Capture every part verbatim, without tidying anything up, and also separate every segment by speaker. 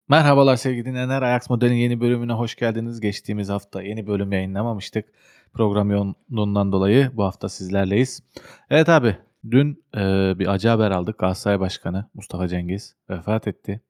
Speaker 1: Merhabalar sevgili dinleyenler. Ajax Model'in yeni bölümüne hoş geldiniz. Geçtiğimiz hafta yeni bölüm yayınlamamıştık. Program yoğunluğundan dolayı bu hafta sizlerleyiz. Evet abi, dün, eee, bir acı haber aldık. Galatasaray Başkanı Mustafa Cengiz vefat etti.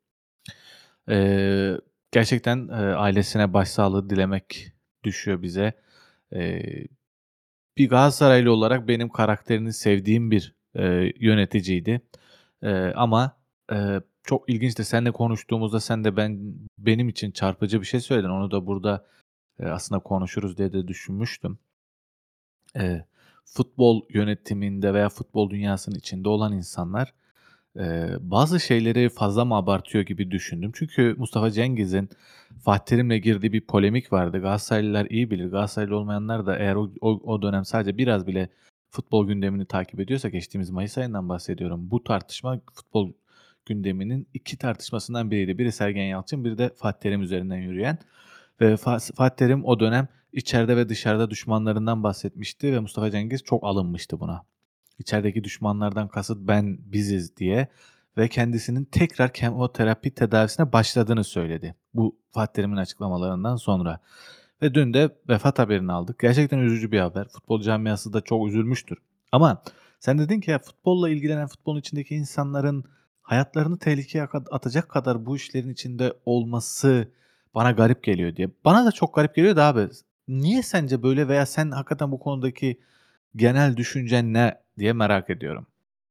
Speaker 1: Eee, gerçekten, eee, ailesine başsağlığı dilemek düşüyor bize. Eee, bir Galatasaraylı olarak benim karakterini sevdiğim bir, eee, yöneticiydi. Eee, ama, eee, çok ilginçti. Seninle konuştuğumuzda sen de ben benim için çarpıcı bir şey söyledin. Onu da burada, eee, aslında konuşuruz diye de düşünmüştüm. Eee, futbol yönetiminde veya futbol dünyasının içinde olan insanlar, eee, bazı şeyleri fazla mı abartıyor gibi düşündüm. Çünkü Mustafa Cengiz'in Fatih Terim'le girdiği bir polemik vardı. Galatasaraylılar iyi bilir. Galatasaraylı olmayanlar da eğer o o o dönem sadece biraz bile futbol gündemini takip ediyorsa geçtiğimiz mayıs ayından bahsediyorum. Bu tartışma futbol gündeminin iki tartışmasından biriydi. Biri Sergen Yalçın, biri de Fatih Terim üzerinden yürüyen ve Fa Fatih Terim o dönem içeride ve dışarıda düşmanlarından bahsetmişti ve Mustafa Cengiz çok alınmıştı buna. İçerideki düşmanlardan kasıt ben, biziz diye ve kendisinin tekrar kemoterapi tedavisine başladığını söyledi. Bu Fatih Terim'in açıklamalarından sonra ve dün de vefat haberini aldık. Gerçekten üzücü bir haber. Futbol camiası da çok üzülmüştür. Ama sen dedin ki ya futbolla ilgilenen, futbolun içindeki insanların hayatlarını tehlikeye aka atacak kadar bu işlerin içinde olması bana garip geliyor diye. Bana da çok garip geliyor da abi. Niye sence böyle veya sen hakikaten bu konudaki genel düşüncen ne diye merak ediyorum.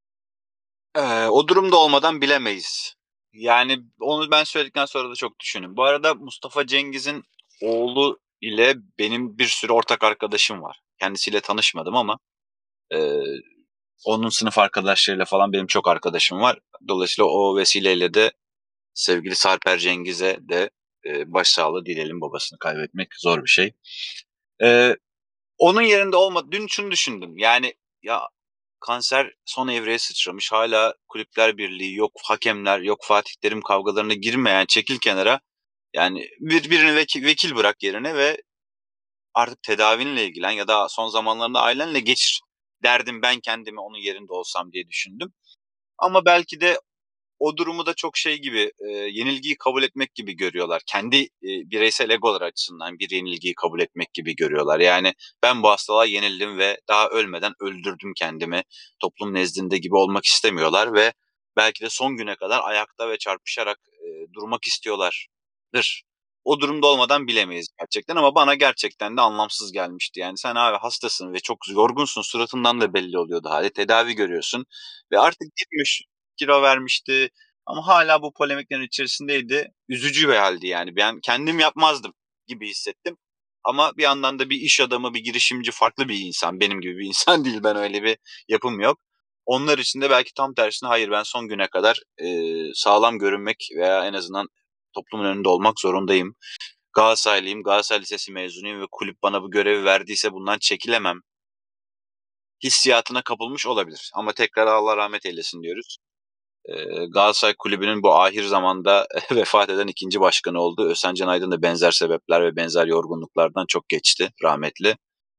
Speaker 2: Eee, o durumda olmadan bilemeyiz. Yani, onu ben söyledikten sonra da çok düşündüm. Bu arada Mustafa Cengiz'in oğlu ile benim bir sürü ortak arkadaşım var. Kendisiyle tanışmadım ama, eee, onun sınıf arkadaşlarıyla falan benim çok arkadaşım var. Dolayısıyla o vesileyle de sevgili Sarper Cengiz'e de, eee, başsağlığı dileyelim. Babasını kaybetmek zor bir şey. Eee, onun yerinde olma dün şunu düşündüm, yani, ya, kanser son evreye sıçramış. Hâlâ Kulüpler Birliği, yok hakemler, yok Fatih Terim kavgalarına girmeyen, çekil kenara. Yani bir birini veki vekil bırak yerine ve artık tedavinle ilgilen ya da son zamanlarında ailenle geçir. Derdim ben kendimi onun yerinde olsam diye düşündüm. Ama belki de o durumu da çok şey gibi, eee, yenilgiyi kabul etmek gibi görüyorlar. Kendi, eee, bireysel egolar açısından bir yenilgiyi kabul etmek gibi görüyorlar. Yani, ben bu hastalığa yenildim ve daha ölmeden öldürdüm kendimi, toplum nezdinde gibi olmak istemiyorlar ve belki de son güne kadar ayakta ve çarpışarak, eee, durmak istiyorlardır. O durumda olmadan bilemeyiz gerçekten ama bana gerçekten de anlamsız gelmişti. Yani, sen abi hastasın ve çok yorgunsun, suratından da belli oluyordu hâli. Tedavi görüyorsun ve artık gitmiş, kilo vermişti, ama hâlâ bu polemiklerin içerisindeydi. Üzücü bir hâldi yani. Ben kendim yapmazdım gibi hissettim. Ama bir yandan da bir iş adamı, bir girişimci, farklı bir insan. Benim gibi bir insan değil. Ben öyle bir yapım yok. Onlar için de belki tam tersine hayır ben son güne kadar, eee, sağlam görünmek veya en azından toplumun önünde olmak zorundayım. Galatasaraylıyım, Galatasaray Lisesi mezunuyum ve kulüp bana bu görevi verdiyse bundan çekilemem hissiyatına kapılmış olabilir. Ama tekrar Allah rahmet eylesin diyoruz. Eee, Galatasaray Kulübü'nün bu ahir zamanda vefat eden ikinci başkanı oldu. Özcan Can Aydın da benzer sebepler ve benzer yorgunluklardan çok geçti rahmetli.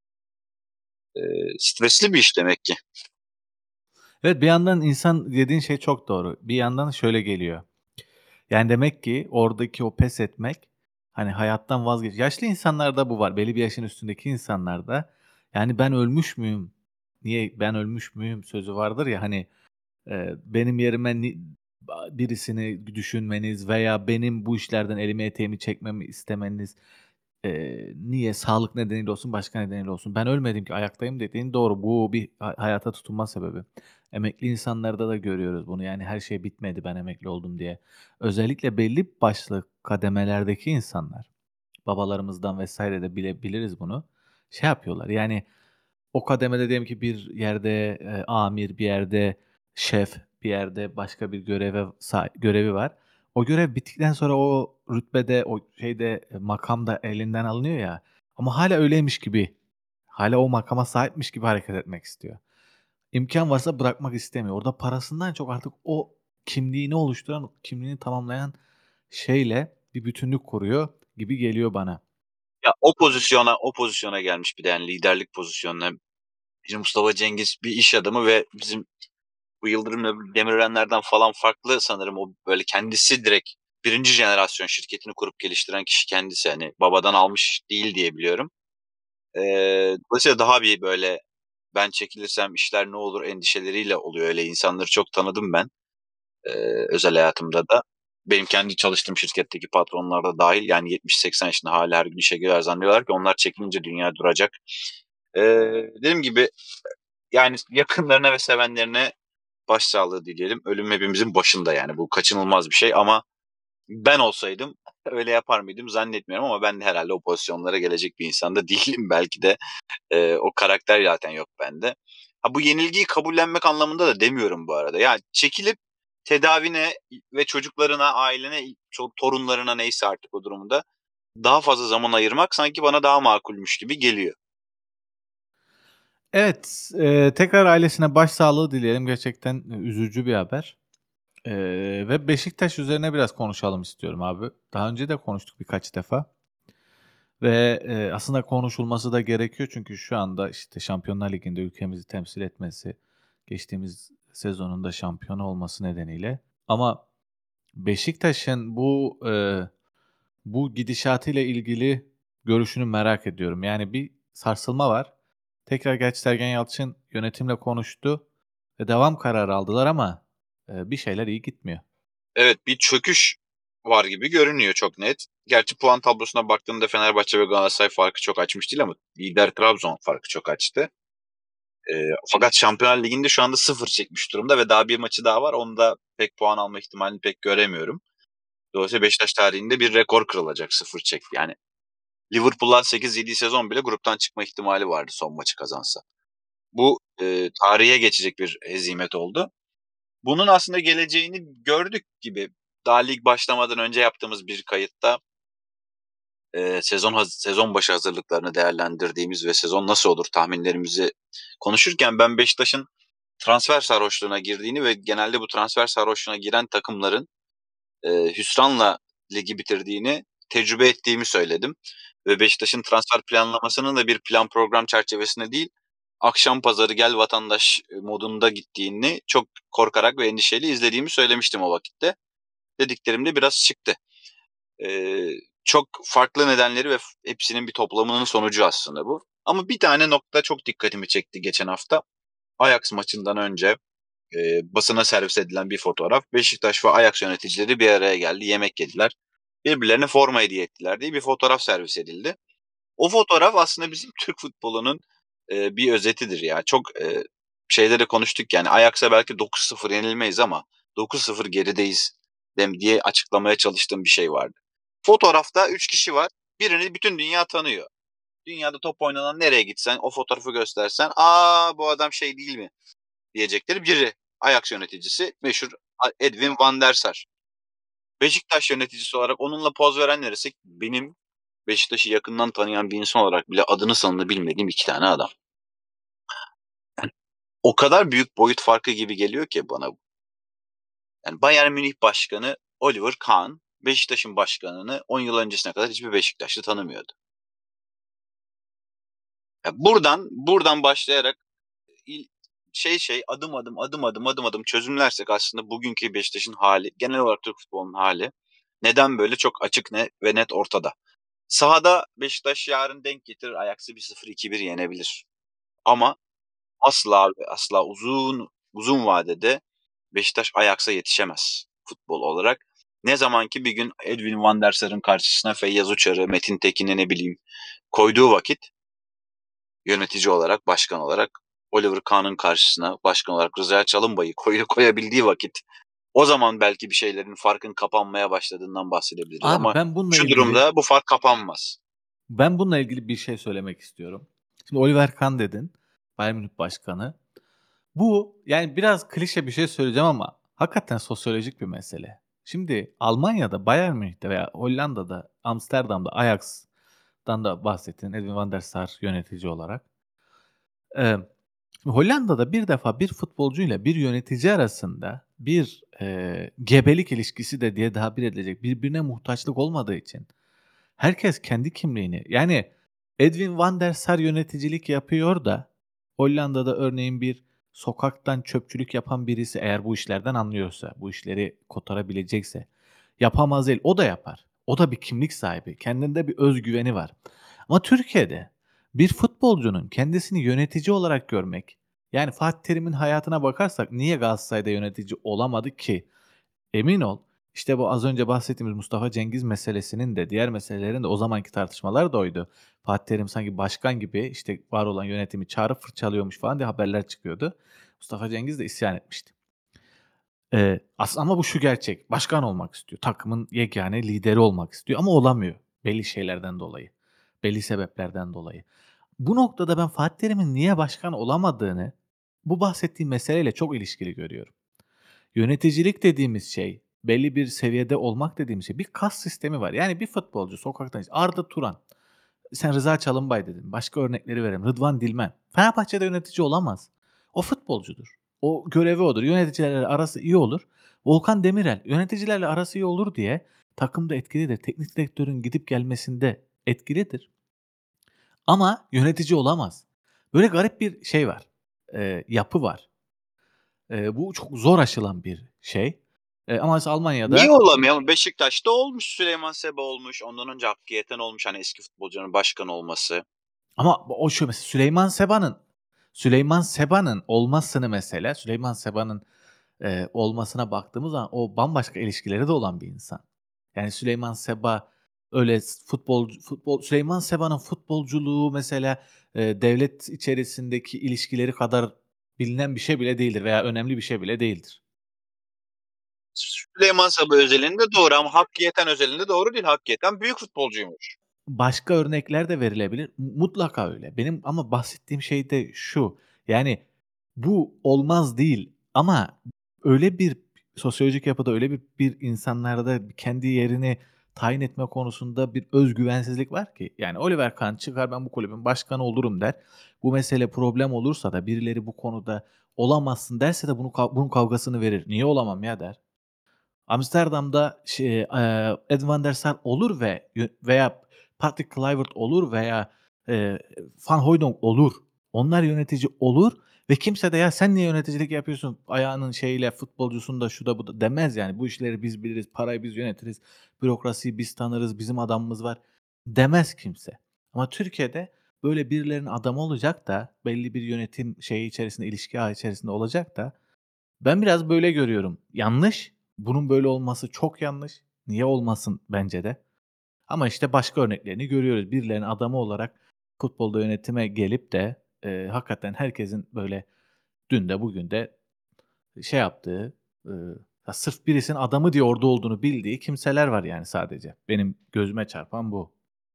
Speaker 2: Eee, stresli bir iş demek ki.
Speaker 1: Evet, bir yandan insan dediğin şey çok doğru. Bir yandan şöyle geliyor. Yani demek ki oradaki o pes etmek, hani, hayattan vazgeç yaşlı insanlarda bu var. Belli bir yaşın üstündeki insanlarda, yani, "Ben ölmüş müyüm? Niye ben ölmüş müyüm?" sözü vardır ya, hani, eee, benim yerime ni ba birisini düşünmeniz veya benim bu işlerden elimi eteğimi çekmemi istemeniz, eee, niye? Sağlık nedeniyle olsun, başka nedeniyle olsun. Ben ölmedim ki ayaktayım dediğin doğru. Bu bir ha hayata tutunma sebebi. Emekli insanlarda da görüyoruz bunu. Yani her şey bitmedi ben emekli oldum diye. Özellikle belli başlı kademelerdeki insanlar, babalarımızdan vesaire de bile biliriz bunu. Şey yapıyorlar, yani o kademede diyelim ki bir yerde, eee, amir, bir yerde şef, bir yerde başka bir göreve sa görevi var. O görev bittikten sonra o rütbede, o şeyde, eee, makam da elinden alınıyor ya ama hâlâ öyleymiş gibi, hâlâ o makama sahipmiş gibi hareket etmek istiyor. İmkân varsa bırakmak istemiyor. Orada parasından çok artık o kimliğini oluşturan, kimliğini tamamlayan şeyle bir bütünlük kuruyor gibi geliyor bana.
Speaker 2: Ya, o pozisyona o pozisyona gelmiş bir de, yani, liderlik pozisyonuna. Bizim Mustafa Cengiz bir iş adamı ve bizim bu Yıldırım Demirörenler'den falan farklı sanırım o, böyle, kendisi direkt birinci jenerasyon şirketini kurup geliştiren kişi kendisi. Hani babadan almış değil diye biliyorum. Eee, dolayısıyla daha bir böyle ben çekilirsem işler ne olur endişeleriyle oluyor. Öyle insanları çok tanıdım ben, eee, özel hayatımda da. Benim kendi çalıştığım şirketteki patronlar da dâhil yani yetmiş seksen yaşında hâlâ her gün işe girer zannediyorlar ki onlar çekilince dünya duracak. Eee, dediğim gibi, yani yakınlarına ve sevenlerine başsağlığı dileyelim. Ölüm hepimizin başında yani bu kaçınılmaz bir şey ama ben olsaydım öyle yapar mıydım zannetmiyorum ama ben de herhâlde o pozisyonlara gelecek bir insan da değilim belki de. Eee, o karakter zaten yok bende. Ha, bu yenilgiyi kabullenmek anlamında da demiyorum bu arada. Ya, çekilip tedavine i ve çocuklarına, ailene, i ço torunlarına neyse artık o durumda daha fazla zaman ayırmak sanki bana daha makulmüş gibi geliyor.
Speaker 1: Evet, eee, tekrar ailesine başsağlığı dileyelim. Gerçekten, eee, üzücü bir haber. Eee, ve Beşiktaş üzerine biraz konuşalım istiyorum abi. Daha önce de konuştuk birkaç defa ve, eee, aslında konuşulması da gerekiyor çünkü şu anda, işte, Şampiyonlar Ligi'nde ülkemizi temsil etmesi, geçtiğimiz sezonun da şampiyon olması nedeniyle ama Beşiktaş'ın bu, eee, bu gidişatıyla ilgili görüşünü merak ediyorum. Yani bir sarsılma var. Tekrar gerçi Sergen Yalçın yönetimle konuştu ve devam kararı aldılar ama, eee, bir şeyler iyi gitmiyor.
Speaker 2: Evet, bir çöküş var gibi görünüyor çok net. Gerçi puan tablosuna baktığımda Fenerbahçe ve Galatasaray farkı çok açmış değil ama lider Trabzon farkı çok açtı. Eee, fakat Şampiyonlar Ligi'nde şu anda sıfır çekmiş durumda ve daha bir maçı daha var. Onda pek puan alma ihtimalini pek göremiyorum. Dolayısıyla Beşiktaş tarihinde bir rekor kırılacak sıfır çek yani. Liverpool'lar sekiz yediği sezon bile gruptan çıkma ihtimali vardı son maçı kazansa. Bu, eee, tarihe geçecek bir hezimet oldu. Bunun aslında geleceğini gördük gibi. Daha lig başlamadan önce yaptığımız bir kayıtta, eee, sezon haz sezon başı hazırlıklarını değerlendirdiğimiz ve sezon nasıl olur tahminlerimizi konuşurken ben Beşiktaş'ın transfer sarhoşluğuna girdiğini ve genelde bu transfer sarhoşluğuna giren takımların eee, hüsranla ligi bitirdiğini tecrübe ettiğimi söyledim ve Beşiktaş'ın transfer planlamasının da bir plan program çerçevesinde değil, akşam pazarı gel vatandaş, eee, modunda gittiğini çok korkarak ve endişeyle izlediğimi söylemiştim o vakitte. Dediklerim de biraz çıktı. Eee, çok farklı nedenleri ve f hepsinin bir toplamının sonucu aslında bu. Ama bir tane nokta çok dikkatimi çekti geçen hafta. Ajax maçından önce Eee, basına servis edilen bir fotoğraf. Beşiktaş ve Ajax yöneticileri bir araya geldi, yemek yediler. Birbirlerine forma hediye ettiler diye bir fotoğraf servis edildi. O fotoğraf aslında bizim Türk futbolunun, eee, bir özetidir ya. Çok, eee, şeyde de konuştuk yani Ajax'a belki dokuz sıfır yenilmeyiz ama dokuz sıfır gerideyiz dem diye açıklamaya çalıştığım bir şey vardı. Fotoğrafta üç kişi var. Birini bütün dünya tanıyor. Dünyada top oynanan nereye gitsen, o fotoğrafı göstersen, "A, bu adam şey değil mi?" diyecekleri biri. Ajax yöneticisi meşhur a Edwin van der Sar. Beşiktaş yöneticisi olarak onunla poz veren neresi? Benim Beşiktaş'ı yakından tanıyan bir insan olarak bile adını sanını bilmediğim iki tane adam. Yani o kadar büyük boyut farkı gibi geliyor ki bana. Yani Bayern Münih Başkanı Oliver Kahn, Beşiktaş'ın başkanını on yıl öncesine kadar hiçbir Beşiktaşlı tanımıyordu. Ya buradan buradan başlayarak il şey şey, adım adım, adım adım, adım adım çözümlersek aslında bugünkü Beşiktaş'ın hâli, genel olarak Türk futbolunun hâli neden böyle çok açık ne ve net ortada. Sahada Beşiktaş yarın denk getirir, Ajax'ı bir sıfır iki bir yenebilir. Ama asla ve asla uzun uzun vadede Beşiktaş Ajax'a yetişemez futbol olarak. Ne zaman ki bir gün Edwin van der Sar'ın karşısına Feyyaz Uçar'ı, Metin Tekin'i, ne bileyim, koyduğu vakit yönetici olarak, başkan olarak Oliver Kahn'ın karşısına başkan olarak Rıza Çalınbay'ı koy koyabildiği vakit o zaman belki bir şeylerin farkın kapanmaya başladığından bahsedebiliriz
Speaker 1: Abi
Speaker 2: ama
Speaker 1: ben bununla
Speaker 2: şu
Speaker 1: ilgili
Speaker 2: durumda bu fark kapanmaz.
Speaker 1: ben bununla ilgili bir şey söylemek istiyorum. Şimdi Oliver Kahn dedin, Bayern Münih Başkanı. Bu, yani, biraz klişe bir şey söyleyeceğim ama hakikaten sosyolojik bir mesele. Şimdi Almanya'da, Bayern Münih'te veya Hollanda'da, Amsterdam'da, Ajax'tan da bahsettin, Edwin van der Sar yönetici olarak. Emm, Hollanda'da bir defa bir futbolcuyla bir yönetici arasında bir, eee, gebelik ilişkisi de diye tabir edilecek birbirine muhtaçlık olmadığı için herkes kendi kimliğini, yani, Edwin van der Sar yöneticilik yapıyor da Hollanda'da örneğin bir sokaktan çöpçülük yapan birisi eğer bu işlerden anlıyorsa, bu işleri kotarabilecekse Yapamaz değil. O da yapar. O da bir kimlik sahibi. Kendinde bir öz güveni var. Ama Türkiye'de bir futbolcunun kendisini yönetici olarak görmek, yani Fatih Terim'in hayatına bakarsak niye Galatasaray'da yönetici olamadı ki? Emin ol, işte bu az önce bahsettiğimiz Mustafa Cengiz meselesinin de diğer meselelerin de o zamanki tartışmalar da oydu. Fatih Terim sanki başkan gibi, işte, var olan yönetimi çağırıp fırçalıyormuş falan diye haberler çıkıyordu. Mustafa Cengiz de isyan etmişti. Eee, as ama bu şu gerçek, başkan olmak istiyor. Takımın yegâne lideri olmak istiyor ama olamıyor belli şeylerden dolayı, belli sebeplerden dolayı. Bu noktada ben Fatih Terim'in niye başkan olamadığını bu bahsettiğim meseleyle çok ilişkili görüyorum. Yöneticilik dediğimiz şey, belli bir seviyede olmak dediğimiz şey bir kas sistemi var. Yani bir futbolcu sokaktan Arda Turan, sen Rıza Çalınbay dedin, başka örnekleri verelim. Rıdvan Dilmen. Fenerbahçe'de yönetici olamaz. O futbolcudur. O görevi odur. Yöneticilerle arası iyi olur. Volkan Demirel yöneticilerle arası iyi olur diye takımda etkilidir. Teknik direktörün gidip gelmesinde etkilidir. Ama yönetici olamaz. Böyle garip bir şey var, eee, yapı var. Eee, bu çok zor aşılan bir şey. Eee, ama mesela
Speaker 2: Niye
Speaker 1: Almanya'da
Speaker 2: olamıyor? Ama Beşiktaş'ta olmuş. Süleyman Seba olmuş. Ondan önce Hakkı Yeten olmuş. Hani eski futbolcunun başkan olması.
Speaker 1: ama o şu mesela Süleyman Seba'nın Süleyman Seba'nın olmasını mesela Süleyman Seba'nın, eee, olmasına baktığımız zaman o bambaşka ilişkileri de olan bir insan. Yani Süleyman Seba öyle s futbolcu futbol Süleyman Seba'nın futbolculuğu mesela, eee, devlet içerisindeki ilişkileri kadar bilinen bir şey bile değildir veya önemli bir şey bile değildir.
Speaker 2: Süleyman Seba özelinde doğru ama Hakkı Yeten özelinde doğru değil. Hakkı Yeten büyük futbolcuymuş.
Speaker 1: Başka örnekler de verilebilir. M mutlaka öyle. Benim ama bahsettiğim şey de şu, yani bu olmaz değil ama öyle bir sosyolojik yapıda öyle bir bir insanlarda kendi yerini tayin etme konusunda bir öz güvensizlik var ki, yani Oliver Kahn çıkar ben bu kulübün başkanı olurum der. Bu mesele problem olursa da birileri bu konuda olamazsın derse de bunu kav bunun kavgasını verir. Niye olamam ya der. Amsterdam'da şey, eee, Ed van der Sar olur ve yö veya Patrick Kluivert olur veya, eee, Van Hooijdonk olur. Onlar yönetici olur ve kimse de "Ya, sen niye yöneticilik yapıyorsun? Ayağının şeyiyle, futbolcusunda, şu da bu da." demez yani. "Bu işleri biz biliriz, parayı biz yönetiriz, bürokrasiyi biz tanırız, bizim adamımız var." demez kimse. Ama Türkiye'de böyle birilerinin adamı olacak da belli bir yönetim şeyi içerisinde, ilişki ağı içerisinde olacak da ben biraz böyle görüyorum. Yanlış. Bunun böyle olması çok yanlış. Niye olmasın bence de. Ama işte başka örneklerini görüyoruz. Birilerinin adamı olarak futbolda yönetime gelip de, eee, hakikaten herkesin böyle dün de bugün de şey yaptığı, ııı, ya sırf birisinin adamı diye orada olduğunu bildiği kimseler var yani sadece. Benim gözüme çarpan bu.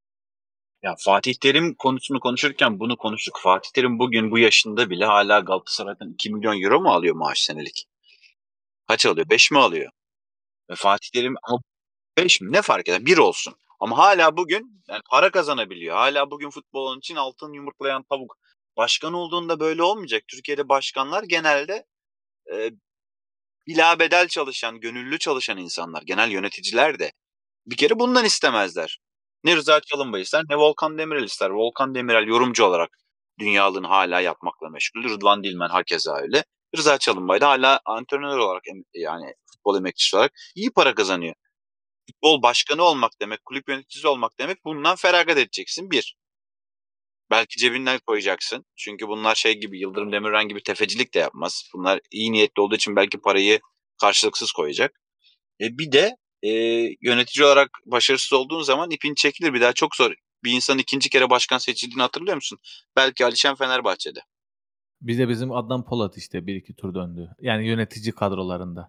Speaker 2: Ya Fatih Terim konusunu konuşurken bunu konuştuk. Fatih Terim bugün bu yaşında bile hala Galatasaray'dan iki milyon euro mu alıyor maaş senelik? Kaç alıyor? Beş mi alıyor? Ve Fatih Terim ama beş mi? Ne fark eder? Bir olsun. Ama hala bugün yani para kazanabiliyor. Hala bugün futbolun için altın yumurtlayan tavuk. Başkan olduğunda böyle olmayacak. Türkiye'de başkanlar genelde e, bilabedel çalışan, gönüllü çalışan insanlar. Genel yöneticiler de. Bir kere bundan istemezler. Ne Rıza Çalınbay ister ne Volkan Demirel ister. Volkan Demirel yorumcu olarak dünyalığını hala yapmakla meşgul. Rıdvan Dilmen hakeza öyle. Rıza Çalınbay da hala antrenör olarak yani futbol emekçisi olarak iyi para kazanıyor. Futbol başkanı olmak demek, kulüp yöneticisi olmak demek bundan feragat edeceksin bir. Belki cebinden koyacaksın. Çünkü bunlar şey gibi Yıldırım Demirören gibi tefecilik de yapmaz. Bunlar iyi niyetli olduğu için belki parayı karşılıksız koyacak. E bir de e, yönetici olarak başarısız olduğun zaman ipin çekilir. Bir daha çok zor. Bir insan ikinci kere başkan seçildiğini hatırlıyor musun? Belki Alişan Fenerbahçe'de.
Speaker 1: Bir de bizim Adnan Polat işte bir iki tur döndü. Yani yönetici kadrolarında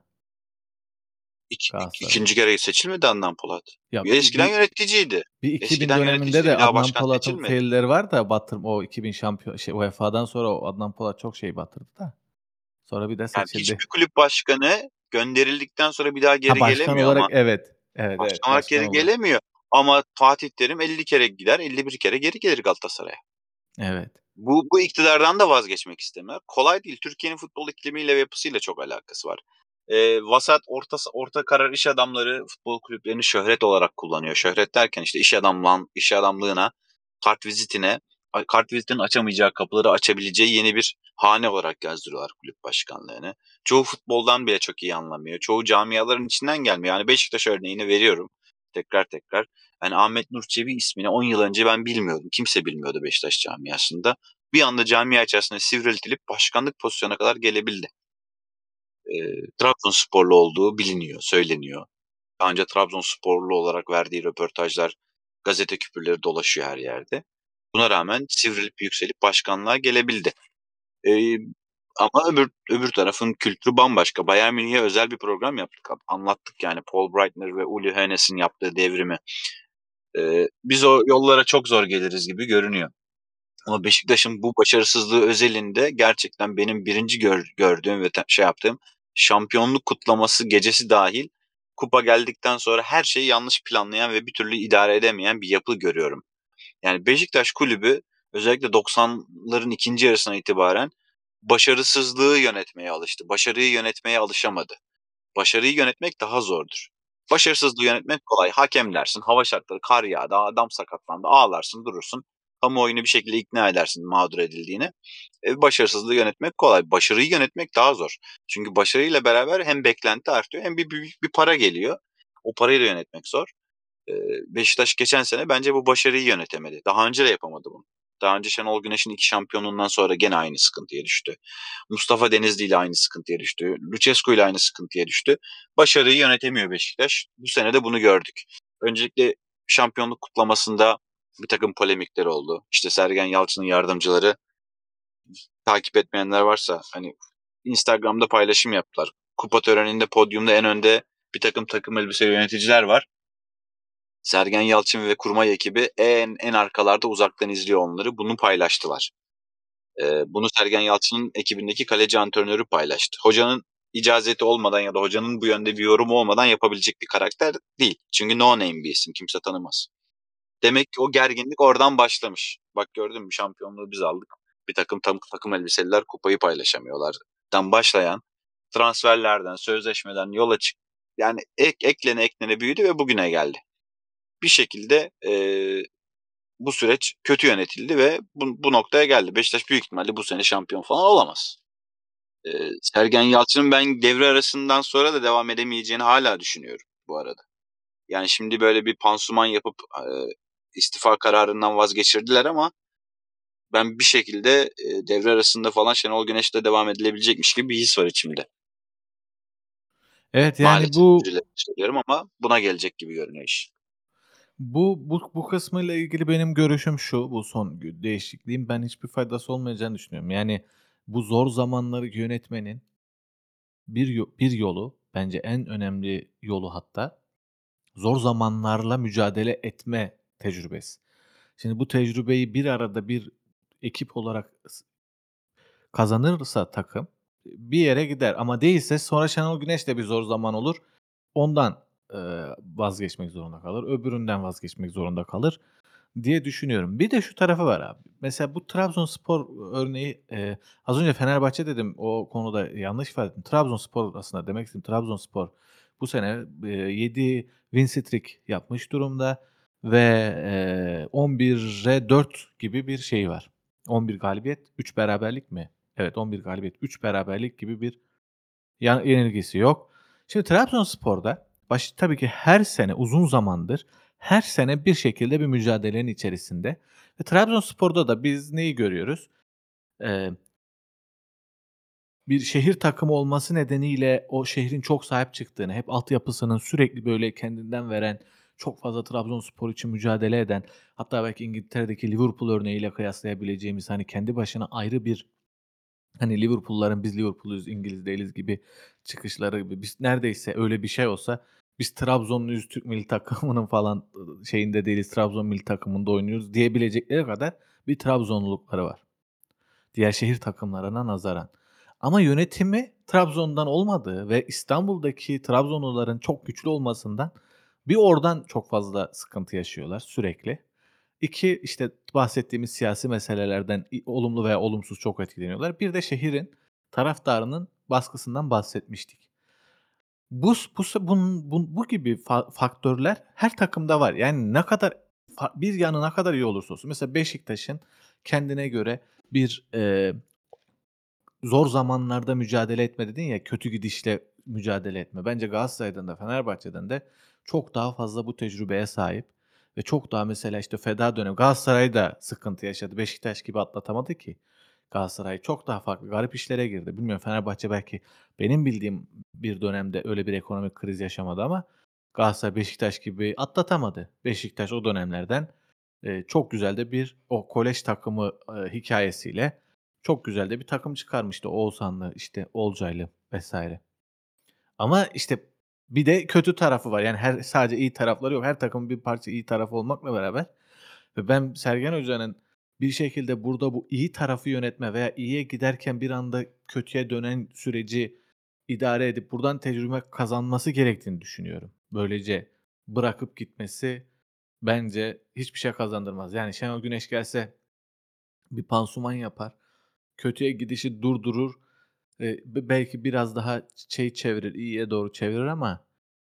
Speaker 2: İki, iki-
Speaker 1: Galatasaray'ın.
Speaker 2: ikinci kere seçilmedi Adnan Polat.
Speaker 1: Ya
Speaker 2: Ya
Speaker 1: bir
Speaker 2: eskiden
Speaker 1: bir
Speaker 2: yöneticiydi.
Speaker 1: Bir iki bin
Speaker 2: Eskiden
Speaker 1: döneminde
Speaker 2: yöneticiydi.
Speaker 1: de
Speaker 2: Bir daha
Speaker 1: Adnan
Speaker 2: başkan
Speaker 1: Polat'ın
Speaker 2: seçilmedi.
Speaker 1: fail'leri var da batırma o iki bin şampiyon şey U E F A'dan sonra o Adnan Polat çok şey batırdı da. Sonra bir de
Speaker 2: Yani
Speaker 1: seçildi.
Speaker 2: hiçbir kulüp başkanı gönderildikten sonra bir daha
Speaker 1: Ha,
Speaker 2: geri
Speaker 1: başkan
Speaker 2: gelemiyor
Speaker 1: olarak
Speaker 2: ama
Speaker 1: evet. Evet, evet
Speaker 2: başkan olarak
Speaker 1: başkan
Speaker 2: geri
Speaker 1: olarak.
Speaker 2: gelemiyor. Ama Fatih Terim elli kere gider, elli bir kere geri gelir Galatasaray'a.
Speaker 1: Evet.
Speaker 2: Bu, bu iktidardan da vazgeçmek istemiyor. Kolay değil. Türkiye'nin futbol iklimiyle ve yapısıyla çok alakası var. Ee, vasat orta orta karar iş adamları futbol kulüplerini şöhret olarak kullanıyor. Şöhret derken işte iş adamlan iş adamlığına, kart vizitine a kartvizitin açamayacağı kapıları açabileceği yeni bir hane olarak gezdiriyorlar kulüp başkanlığını. Çoğu futboldan bile çok iyi anlamıyor. Çoğu camiaların içinden gelmiyor. Yani Beşiktaş örneğini veriyorum tekrar tekrar. Yani Ahmet Nur Çebi ismini on yıl önce ben bilmiyordum. Kimse bilmiyordu Beşiktaş camiasında. Bir anda camia içerisinde sivriltilip başkanlık pozisyonuna kadar gelebildi. Eee, Trabzonsporlu olduğu biliniyor, söyleniyor. Daha önce Trabzonsporlu olarak verdiği röportajlar, gazete küpürleri dolaşıyor her yerde. Buna rağmen sivrilip yükselip başkanlığa gelebildi. Eee, ama öbür öbür tarafın kültürü bambaşka. Bayern Münih'e özel bir program yaptık. Anlattık yani Paul Breitner ve Uli Hoeneß'in yaptığı devrimi. Eee, biz o yollara çok zor geliriz gibi görünüyor. Ama Beşiktaş'ın bu başarısızlığı özelinde gerçekten benim birinci gör gördüğüm ve te şey yaptığım şampiyonluk kutlaması gecesi dâhil kupa geldikten sonra her şeyi yanlış planlayan ve bir türlü idare edemeyen bir yapı görüyorum. Yani Beşiktaş Kulübü özellikle doksanların ikinci yarısından itibaren başarısızlığı yönetmeye alıştı. Başarıyı yönetmeye alışamadı. Başarıyı yönetmek daha zordur. Başarısızlığı yönetmek kolay. Hakem dersin, hava şartları, kar yağdı, adam sakatlandı, ağlarsın, durursun. Kamuoyunu bir şekilde ikna edersin mağdur edildiğini. Eee, başarısızlığı yönetmek kolay. Başarıyı yönetmek daha zor. Çünkü başarıyla beraber hem beklenti artıyor hem bir büyük bir para geliyor. O parayı da yönetmek zor. Eee, Beşiktaş geçen sene bence bu başarıyı yönetemedi. Daha önce de yapamadı bunu. Daha önce Şenol Güneş'in iki şampiyonluğundan sonra gene aynı sıkıntıya düştü. Mustafa Denizli ile aynı sıkıntıya düştü. Lucescu ile aynı sıkıntıya düştü. Başarıyı yönetemiyor Beşiktaş. Bu sene de bunu gördük. Öncelikle şampiyonluk kutlamasında bir takım polemikler oldu. İşte Sergen Yalçın'ın yardımcıları takip etmeyenler varsa hani Instagram'da paylaşım yaptılar. Kupa töreninde podyumda en önde bir takım takım elbiseli yöneticiler var. Sergen Yalçın ve kurmay ekibi en en arkalarda uzaktan izliyor onları. Bunu paylaştılar. Eee, bunu Sergen Yalçın'ın ekibindeki kaleci antrenörü paylaştı. Hocanın icazeti olmadan ya da hocanın bu yönde bir yorumu olmadan yapabilecek bir karakter değil. Çünkü no name bir isim, kimse tanımaz. Demek ki o gerginlik oradan başlamış. Bak gördün mü şampiyonluğu biz aldık. Bir takım tam takım elbiseliler kupayı paylaşamıyorlardan başlayan transferlerden, sözleşmeden yola çık yani ek eklene eklene büyüdü ve bugüne geldi. Bir şekilde, eee, bu süreç kötü yönetildi ve bu bu noktaya geldi. Beşiktaş büyük ihtimalle bu sene şampiyon falan olamaz. Eee, Sergen Yalçın'ın ben devre arasından sonra da devam edemeyeceğini hâlâ düşünüyorum bu arada. Yani şimdi böyle bir pansuman yapıp, eee, istifa kararından vazgeçirdiler ama ben bir şekilde, eee, devre arasında falan Şenol Güneş'le devam edilebilecekmiş gibi bir his var içimde.
Speaker 1: Evet, yani
Speaker 2: Maalesef
Speaker 1: bu
Speaker 2: üzülerek söylüyorum ama buna gelecek gibi görünüyor iş.
Speaker 1: bu bu bu kısmıyla ilgili benim görüşüm şu, bu son gü değişikliğin ben hiçbir faydası olmayacağını düşünüyorum. Yani bu zor zamanları yönetmenin bir yo bir yolu, bence en önemli yolu hatta, zor zamanlarla mücadele etme tecrübesi. Şimdi bu tecrübeyi bir arada bir ekip olarak s kazanırsa takım, bir yere gider ama değilse sonra Şenol Güneş de bir zor zaman olur. Ondan, eee, vazgeçmek zorunda kalır, öbüründen vazgeçmek zorunda kalır diye düşünüyorum. Bir de şu tarafı var abi. Mesela bu Trabzonspor örneği, eee, az önce Fenerbahçe dedim, o konuda yanlış ifade ettim. Trabzonspor aslında demek istediğim Trabzonspor bu sene, eee, yedi win streak yapmış durumda ve, eee, on bire dört gibi bir şey var. on bir galibiyet, üç beraberlik mi? Evet, on bir galibiyet, üç beraberlik gibi bir ya yenilgisi yok. Şimdi Trabzonspor'da baş tabii ki her sene, uzun zamandır her sene bir şekilde bir mücadelenin içerisinde ve Trabzonspor'da da biz neyi görüyoruz? Eee, bir şehir takımı olması nedeniyle o şehrin çok sahip çıktığını, hep altyapısının sürekli böyle kendinden veren, çok fazla Trabzonspor için mücadele eden, hatta belki İngiltere'deki Liverpool örneğiyle kıyaslayabileceğimiz, hani, kendi başına ayrı bir, hani, Liverpool'ların biz Liverpool'luyuz, İngiliz değiliz gibi çıkışları gibi. Biz neredeyse öyle bir şey olsa biz Trabzonluyuz, Türk milli takımının falan, ııı, şeyinde değiliz, Trabzon milli takımında oynuyoruz diyebilecekleri kadar bir Trabzonlulukları var. Diğer şehir takımlarına nazaran. Ama yönetimi Trabzon'dan olmadığı ve İstanbul'daki Trabzonluların çok güçlü olmasından bir oradan çok fazla sıkıntı yaşıyorlar sürekli. iki işte bahsettiğimiz siyasi meselelerden i olumlu veya olumsuz çok etkileniyorlar. Bir de şehrin taraftarının baskısından bahsetmiştik. Bu s bu s bun bun bu gibi fa faktörler her takımda var. Yani ne kadar fa bir yanı ne kadar iyi olursa olsun mesela Beşiktaş'ın kendine göre bir, eee, zor zamanlarda mücadele etme dedin ya, kötü gidişle mücadele etme. Bence Galatasaray'dan da Fenerbahçe'den de çok daha fazla bu tecrübeye sahip ve çok daha mesela, işte, feda dönem Galatasaray da sıkıntı yaşadı. Beşiktaş gibi atlatamadı ki. Galatasaray çok daha farklı, garip işlere girdi. Bilmiyorum Fenerbahçe belki benim bildiğim bir dönemde öyle bir ekonomik kriz yaşamadı ama Galatasaray, Beşiktaş gibi atlatamadı. Beşiktaş o dönemlerden, eee, çok güzel de bir o kolej takımı, eee, hikâyesiyle çok güzel de bir takım çıkarmıştı. Oğuzhan'lı, işte, Olcay'lı vesaire. Ama, işte, bir de kötü tarafı var. Yani her sadece iyi tarafları yok. Her takımın bir parça iyi tarafı olmakla beraber ve ben Sergen Hoca'nın bir şekilde burada bu iyi tarafı yönetme veya iyiye giderken bir anda kötüye dönen süreci idare edip buradan tecrübe kazanması gerektiğini düşünüyorum. Böylece bırakıp gitmesi bence hiçbir şey kazandırmaz. Yani Şenol Güneş gelse bir pansuman yapar, kötüye gidişi durdurur, eee, be belki biraz daha ç şeyi çevirir, iyiye doğru çevirir ama,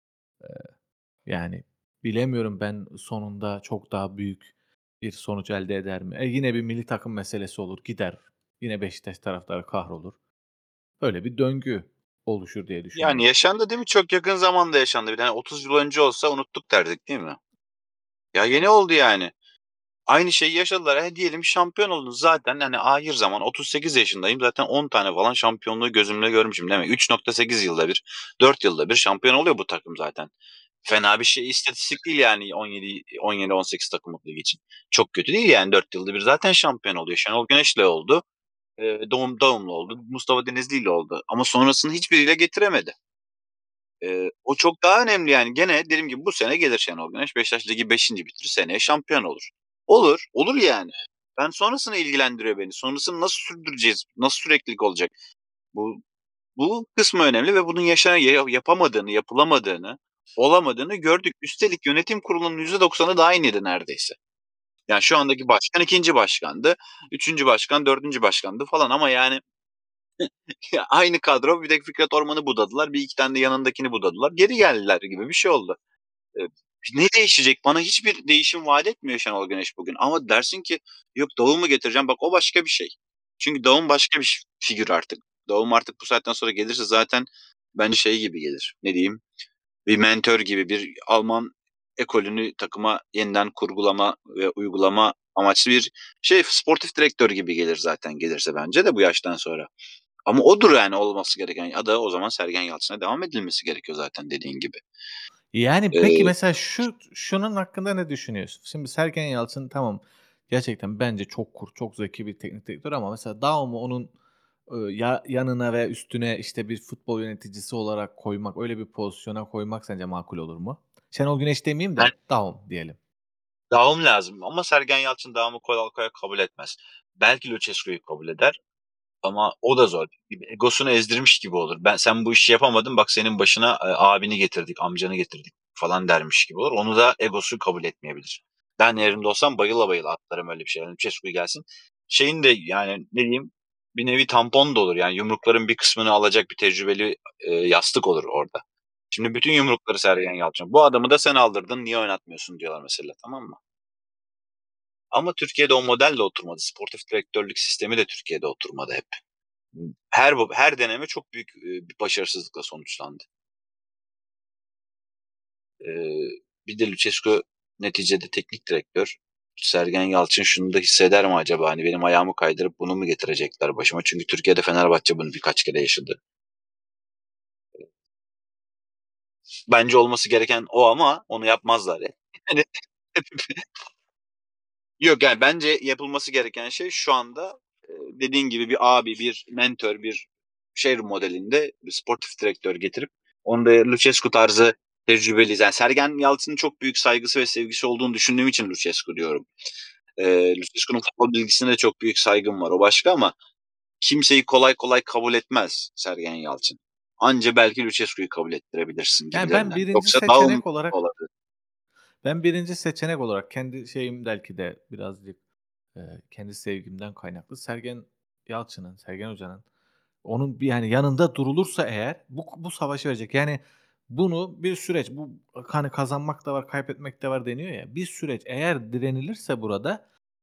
Speaker 1: yani, bilemiyorum ben sonunda çok daha büyük bir sonuç elde eder mi? E, yine bir milli takım meselesi olur, gider. Yine Beşiktaş taraftarı kahrolur. Böyle bir döngü oluşur diye
Speaker 2: Yani
Speaker 1: düşünüyorum.
Speaker 2: yaşandı değil mi? Çok yakın zamanda yaşandı bir de. Hani otuz yıl önce olsa unuttuk derdik değil mi? Ya yeni oldu yani. Aynı şeyi yaşadılar. He, diyelim şampiyon oldunuz zaten, hani, ahir zaman otuz sekiz yaşındayım. Zaten on tane falan şampiyonluğu gözümle görmüşüm değil mi? üç nokta sekiz yılda bir, dört yılda bir şampiyon oluyor bu takım zaten. Fena bir şey istatistik değil yani on yedi on yedi on sekiz takımlık lig için. Çok kötü değil yani dört yılda bir zaten şampiyon oluyor. Şenol Güneş'le oldu. Eee, Doğum Davum'la oldu. Mustafa Denizli'yle oldu ama sonrasını hiçbiriyle getiremedi. Eee, o çok daha önemli yani. Gene dediğim gibi bu sene gelir Şenol Güneş. Beşiktaş ligi beşinci bitirir. Seneye şampiyon olur. Olur. Olur yani. Ben sonrasını ilgilendiriyor beni. Sonrasını nasıl sürdüreceğiz? Nasıl süreklilik olacak? Bu bu kısmı önemli ve bunun yaşa ya yapamadığını, yapılamadığını, olamadığını gördük. Üstelik yönetim kurulunun yüzde doksanı da aynıydı neredeyse. Yani şu andaki başkan ikinci başkandı. Üçüncü başkan, dördüncü başkandı falan ama yani aynı kadro. Bir tek Fikret Orman'ı budadılar. Bir iki tane de yanındakini budadılar. Geri geldiler gibi bir şey oldu. Eee, ne değişecek? Bana hiçbir değişim vaat etmiyor Şenol Güneş bugün ama dersin ki yok Davum'u getireceğim. Bak o başka bir şey. Çünkü Davum başka bir ş figür artık. Davum artık bu saatten sonra gelirse zaten bence şey gibi gelir, ne diyeyim, bir mentor gibi, bir Alman ekolünü takıma yeniden kurgulama ve uygulama amaçlı bir şey, sportif direktör gibi gelir zaten gelirse bence de bu yaştan sonra. Ama odur yani olması gereken. Ya da o zaman Sergen Yalçın'a devam edilmesi gerekiyor zaten dediğin gibi.
Speaker 1: Yani, peki,
Speaker 2: Eee,
Speaker 1: mesela şu şunun hakkında ne düşünüyorsun? Şimdi Sergen Yalçın tamam, gerçekten bence çok kurt, çok zeki bir teknik direktör ama mesela Daum'u onun, ııı, ya yanına veya üstüne, işte, bir futbol yöneticisi olarak koymak, öyle bir pozisyona koymak sence makul olur mu? Şenol Güneş demeyeyim
Speaker 2: ben
Speaker 1: de Daum diyelim.
Speaker 2: Daum lazım ama Sergen Yalçın Daum'u kolay kolay kabul etmez. Belki Lucescu'yu kabul eder ama o da zor. Bir egosunu ezdirmiş gibi olur. Ben sen bu işi yapamadın bak senin başına, eee, abini getirdik, amcanı getirdik falan dermiş gibi olur. Onu da egosu kabul etmeyebilir. Ben yerinde olsam bayıla bayıla atlarım öyle bir şeye. Yani Lucescu gelsin. Şeyin de yani ne diyeyim, bir nevi tampon da olur. Yani yumrukların bir kısmını alacak bir tecrübeli, eee, yastık olur orada. Şimdi bütün yumrukları Sergen Yalçın. Bu adamı da sen aldırdın, niye oynatmıyorsun diyorlar mesela, tamam mı? Ama Türkiye'de o model de oturmadı. Sportif direktörlük sistemi de Türkiye'de oturmadı hep. Her bu her deneme çok büyük, eee, bir başarısızlıkla sonuçlandı. Eee, bir de Lucescu neticede teknik direktör. Sergen Yalçın şunu da hisseder mi acaba? Hani benim ayağımı kaydırıp bunu mu getirecekler başıma? Çünkü Türkiye'de Fenerbahçe bunu birkaç kere yaşadı. Bence olması gereken o ama onu yapmazlar ya. Hani yok, yani, bence yapılması gereken şey şu anda, eee, dediğin gibi bir abi, bir mentor, bir şey modelinde bir sportif direktör getirip onu da Lucescu tarzı tecrübeli, yani, Sergen Yalçın'ın çok büyük saygısı ve sevgisi olduğunu düşündüğüm için Lucescu diyorum. Eee, Lucescu'nun futbol bilgisine de çok büyük saygım var, o başka ama kimseyi kolay kolay kabul etmez Sergen Yalçın. Anca belki Lucescu'yu kabul ettirebilirsin
Speaker 1: Yani, ben
Speaker 2: gibilerinden.
Speaker 1: birinci
Speaker 2: Yoksa Daum
Speaker 1: seçenek olarak
Speaker 2: olabilir.
Speaker 1: ben birinci seçenek olarak kendi şeyim belki de birazcık, eee, kendi sevgimden kaynaklı Sergen Yalçın'ın, Sergen Hoca'nın onun bir, yani, yanında durulursa eğer bu bu savaşı verecek. Yani, bunu bir süreç, bu hani, kazanmak da var, kaybetmek de var deniyor ya, bir süreç eğer direnilirse burada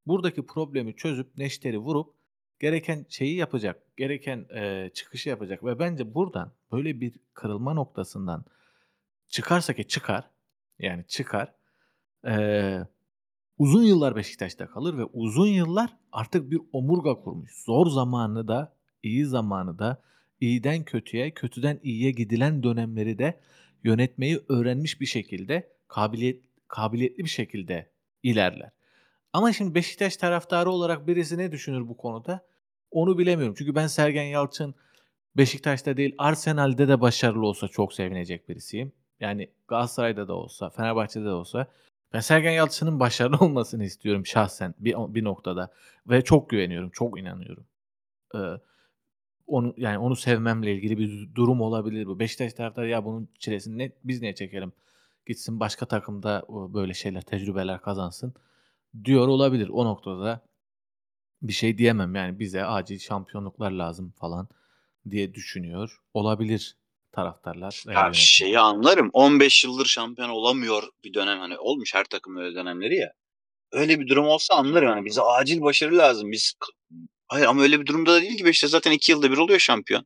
Speaker 1: buradaki problemi çözüp neşteri vurup gereken şeyi yapacak, gereken, eee, çıkışı yapacak ve bence buradan, böyle bir kırılma noktasından çıkarsa ki çıkar, yani çıkar, eee, uzun yıllar Beşiktaş'ta kalır ve uzun yıllar artık bir omurga kurmuş. Zor zamanı da, iyi zamanı da, iyiden kötüye, kötüden iyiye gidilen dönemleri de yönetmeyi öğrenmiş bir şekilde, kabiliyet kabiliyetli bir şekilde ilerler. Ama şimdi Beşiktaş taraftarı olarak birisi ne düşünür bu konuda? Onu bilemiyorum. Çünkü ben Sergen Yalçın Beşiktaş'ta değil, Arsenal'de de başarılı olsa çok sevinecek birisiyim. Yani Galatasaray'da da olsa, Fenerbahçe'de de olsa ben Sergen Yalçın'ın başarılı olmasını istiyorum şahsen bir o bir noktada ve çok güveniyorum, çok inanıyorum. Eee, onu yani onu sevmemle ilgili bir du durum olabilir bu. Beşiktaş taraftarı ya bunun çilesini ne biz niye çekelim? Gitsin başka takımda o böyle şeyler, tecrübeler kazansın diyor olabilir. O noktada bir şey diyemem. Yani bize acil şampiyonluklar lazım falan diye düşünüyor olabilir taraftarlar veya
Speaker 2: Ya
Speaker 1: yönetim.
Speaker 2: şeyi anlarım. on beş yıldır şampiyon olamıyor bir dönem hani olmuş her takımın öyle dönemleri ya. Öyle bir durum olsa anlarım hani bize acil başarı lazım. Biz k hayır ama öyle bir durumda da değil ki Beşiktaş zaten iki yılda bir oluyor şampiyon.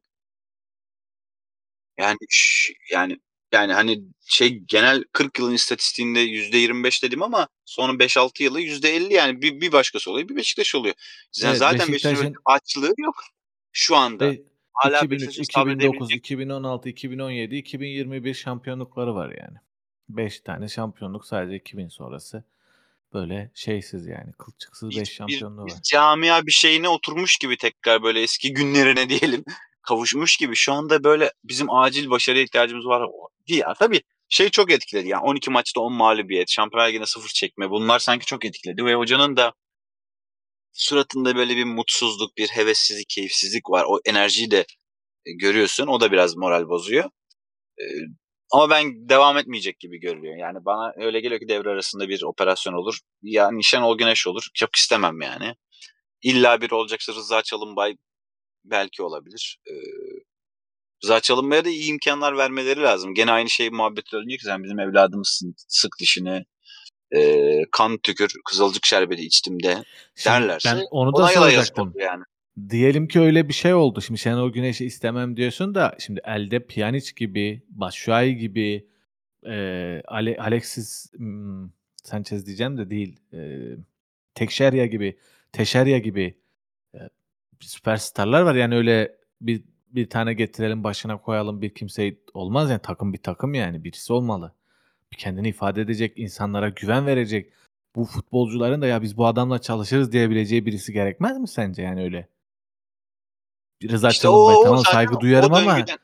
Speaker 2: Yani ş yani yani hani şey genel kırk yılın istatistiğinde yüzde yirmi beş dedim ama son beş altı yılı yüzde elli yani bir bir başkası oluyor, bir Beşiktaş oluyor. Ya
Speaker 1: Evet,
Speaker 2: zaten Beşiktaş'ın öyle
Speaker 1: Beşiktaş'ın
Speaker 2: bir açlığı yok şu anda.
Speaker 1: ve
Speaker 2: Hâlâ
Speaker 1: iki bin üç,
Speaker 2: Beşiktaş'ın
Speaker 1: iki bin dokuz,
Speaker 2: sabredebilecek.
Speaker 1: iki bin on altı, iki bin on yedi, iki bin yirmi bir şampiyonlukları var yani. beş tane şampiyonluk sadece iki bin sonrası. Böyle şeysiz yani kılçıksız
Speaker 2: Bir
Speaker 1: beş
Speaker 2: bir
Speaker 1: şampiyonluğu
Speaker 2: bir
Speaker 1: var.
Speaker 2: camia bir şeyine oturmuş gibi tekrar böyle eski günlerine diyelim kavuşmuş gibi. Şu anda böyle bizim acil başarıya ihtiyacımız var. O ya tabii şey çok etkiledi yani on iki maçta on mağlubiyet, Şampiyonlar Ligi'nde sıfır çekme bunlar sanki çok etkiledi ve hocanın da suratında böyle bir mutsuzluk, bir hevessizlik, keyifsizlik var. O enerjiyi de, eee, görüyorsun. O da biraz moral bozuyor. Eee, ama ben devam etmeyecek gibi görünüyor. Yani bana öyle geliyor ki devre arasında bir operasyon olur. Ya Şenol Güneş olur. Çok istemem yani. İlla biri olacaksa Rıza Çalınbay belki olabilir. Eee, Rıza Çalınbay'a da iyi imkânlar vermeleri lazım. Gene aynı şey muhabbeti dönecek ki sen bizim evladımızsın, sık dişini, eee, kan tükür, kızılcık şerbeti içtim de
Speaker 1: Şimdi
Speaker 2: derlerse
Speaker 1: ben onu da
Speaker 2: ona da yazık olur
Speaker 1: soracaktım.
Speaker 2: yani.
Speaker 1: Diyelim ki öyle bir şey oldu. Şimdi Şenol Güneş'i istemem diyorsun da şimdi elde Pjanic gibi, Batshuayi gibi, eee, Ale Alexis, ımm, Sanchez diyeceğim de değil, eee, Tekşerya gibi, Teşerya gibi, eee, süperstarlar var. Yani öyle bir bir tane getirelim başına koyalım bir kimseyi olmaz yani takım bir takım yani birisi olmalı. Bir kendini ifade edecek, insanlara güven verecek. Bu futbolcuların da ya biz bu adamla çalışırız diyebileceği birisi gerekmez mi sence yani öyle? Rıza
Speaker 2: İşte o
Speaker 1: Çalınbay
Speaker 2: o
Speaker 1: tamam
Speaker 2: zaten
Speaker 1: saygı
Speaker 2: o
Speaker 1: duyarım ama
Speaker 2: döngüden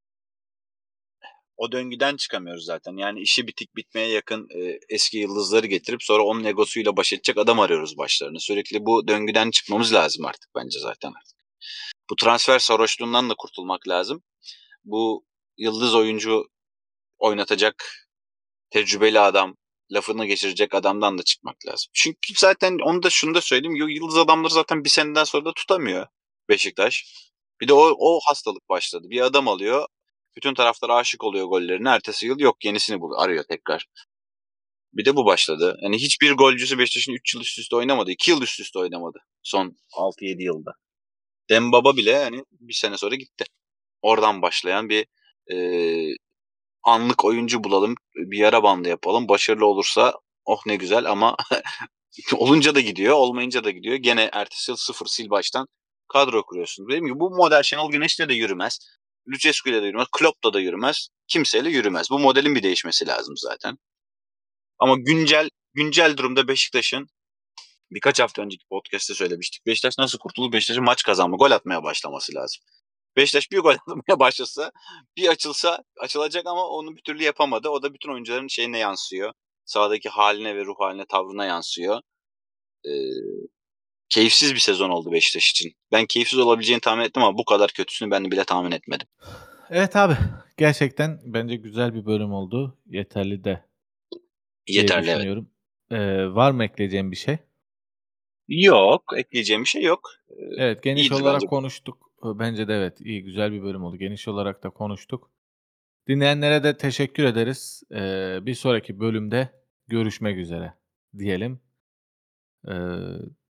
Speaker 2: o döngüden çıkamıyoruz zaten. Yani işi bitik bitmeye yakın, eee, eski yıldızları getirip sonra onun egosuyla baş edecek adam arıyoruz başlarına. Sürekli bu döngüden çıkmamız lazım artık bence zaten. Bu transfer sarhoşluğundan da kurtulmak lazım. Bu yıldız oyuncu oynatacak tecrübeli adam, lafını geçirecek adamdan da çıkmak lazım. Çünkü zaten onu da şunu da söyleyeyim, yo yıldız adamları zaten bir seneden sonra da tutamıyor Beşiktaş. Bir de o o hastalık başladı. Bir adam alıyor, bütün taraftar aşık oluyor gollerine. Ertesi yıl yok yenisini bul arıyor tekrar. Bir de bu başladı. Yani hiçbir golcüsü Beşiktaş'ın üç yıl üst üste oynamadı. iki yıl üst üste oynamadı son altı yedi yılda. Dembaba bile hani bir sene sonra gitti. Oradan başlayan bir, eee, anlık oyuncu bulalım, bir yara bandı yapalım. Başarılı olursa oh ne güzel ama olunca da gidiyor, olmayınca da gidiyor. Gene ertesi yıl sıfır sil baştan kadro kuruyorsun. Dediğim gibi bu model Şenol Güneş'le de yürümez. Lucescu'yla da yürümez. Klopp'la da yürümez. Kimseyle yürümez. Bu modelin bir değişmesi lazım zaten. Ama güncel güncel durumda Beşiktaş'ın birkaç hafta önceki podcast'te söylemiştik. Beşiktaş nasıl kurtulur? Beşiktaş'ın maç kazanma, gol atmaya başlaması lazım. Beşiktaş bir gol atmaya başlasa, bir açılsa açılacak ama onu bir türlü yapamadı. O da bütün oyuncuların şeyine yansıyor. Sahadaki haline ve ruh haline, tavrına yansıyor. Eee, keyifsiz bir sezon oldu Beşiktaş için. Ben keyifsiz olabileceğini tahmin ettim ama bu kadar kötüsünü ben bile tahmin etmedim.
Speaker 1: evet abi gerçekten bence güzel bir bölüm oldu. Yeterli de diye
Speaker 2: Yeterli evet.
Speaker 1: düşünüyorum. Eee, var mı ekleyeceğin bir şey?
Speaker 2: Yok, ekleyeceğim bir şey yok. Eee,
Speaker 1: Evet, geniş
Speaker 2: iyidir bence
Speaker 1: olarak
Speaker 2: bu.
Speaker 1: konuştuk. Eee, bence de evet, iyi, güzel bir bölüm oldu. Geniş olarak da konuştuk. Dinleyenlere de teşekkür ederiz. Eee, bir sonraki bölümde görüşmek üzere diyelim. Eee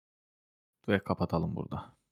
Speaker 1: ve kapatalım burada.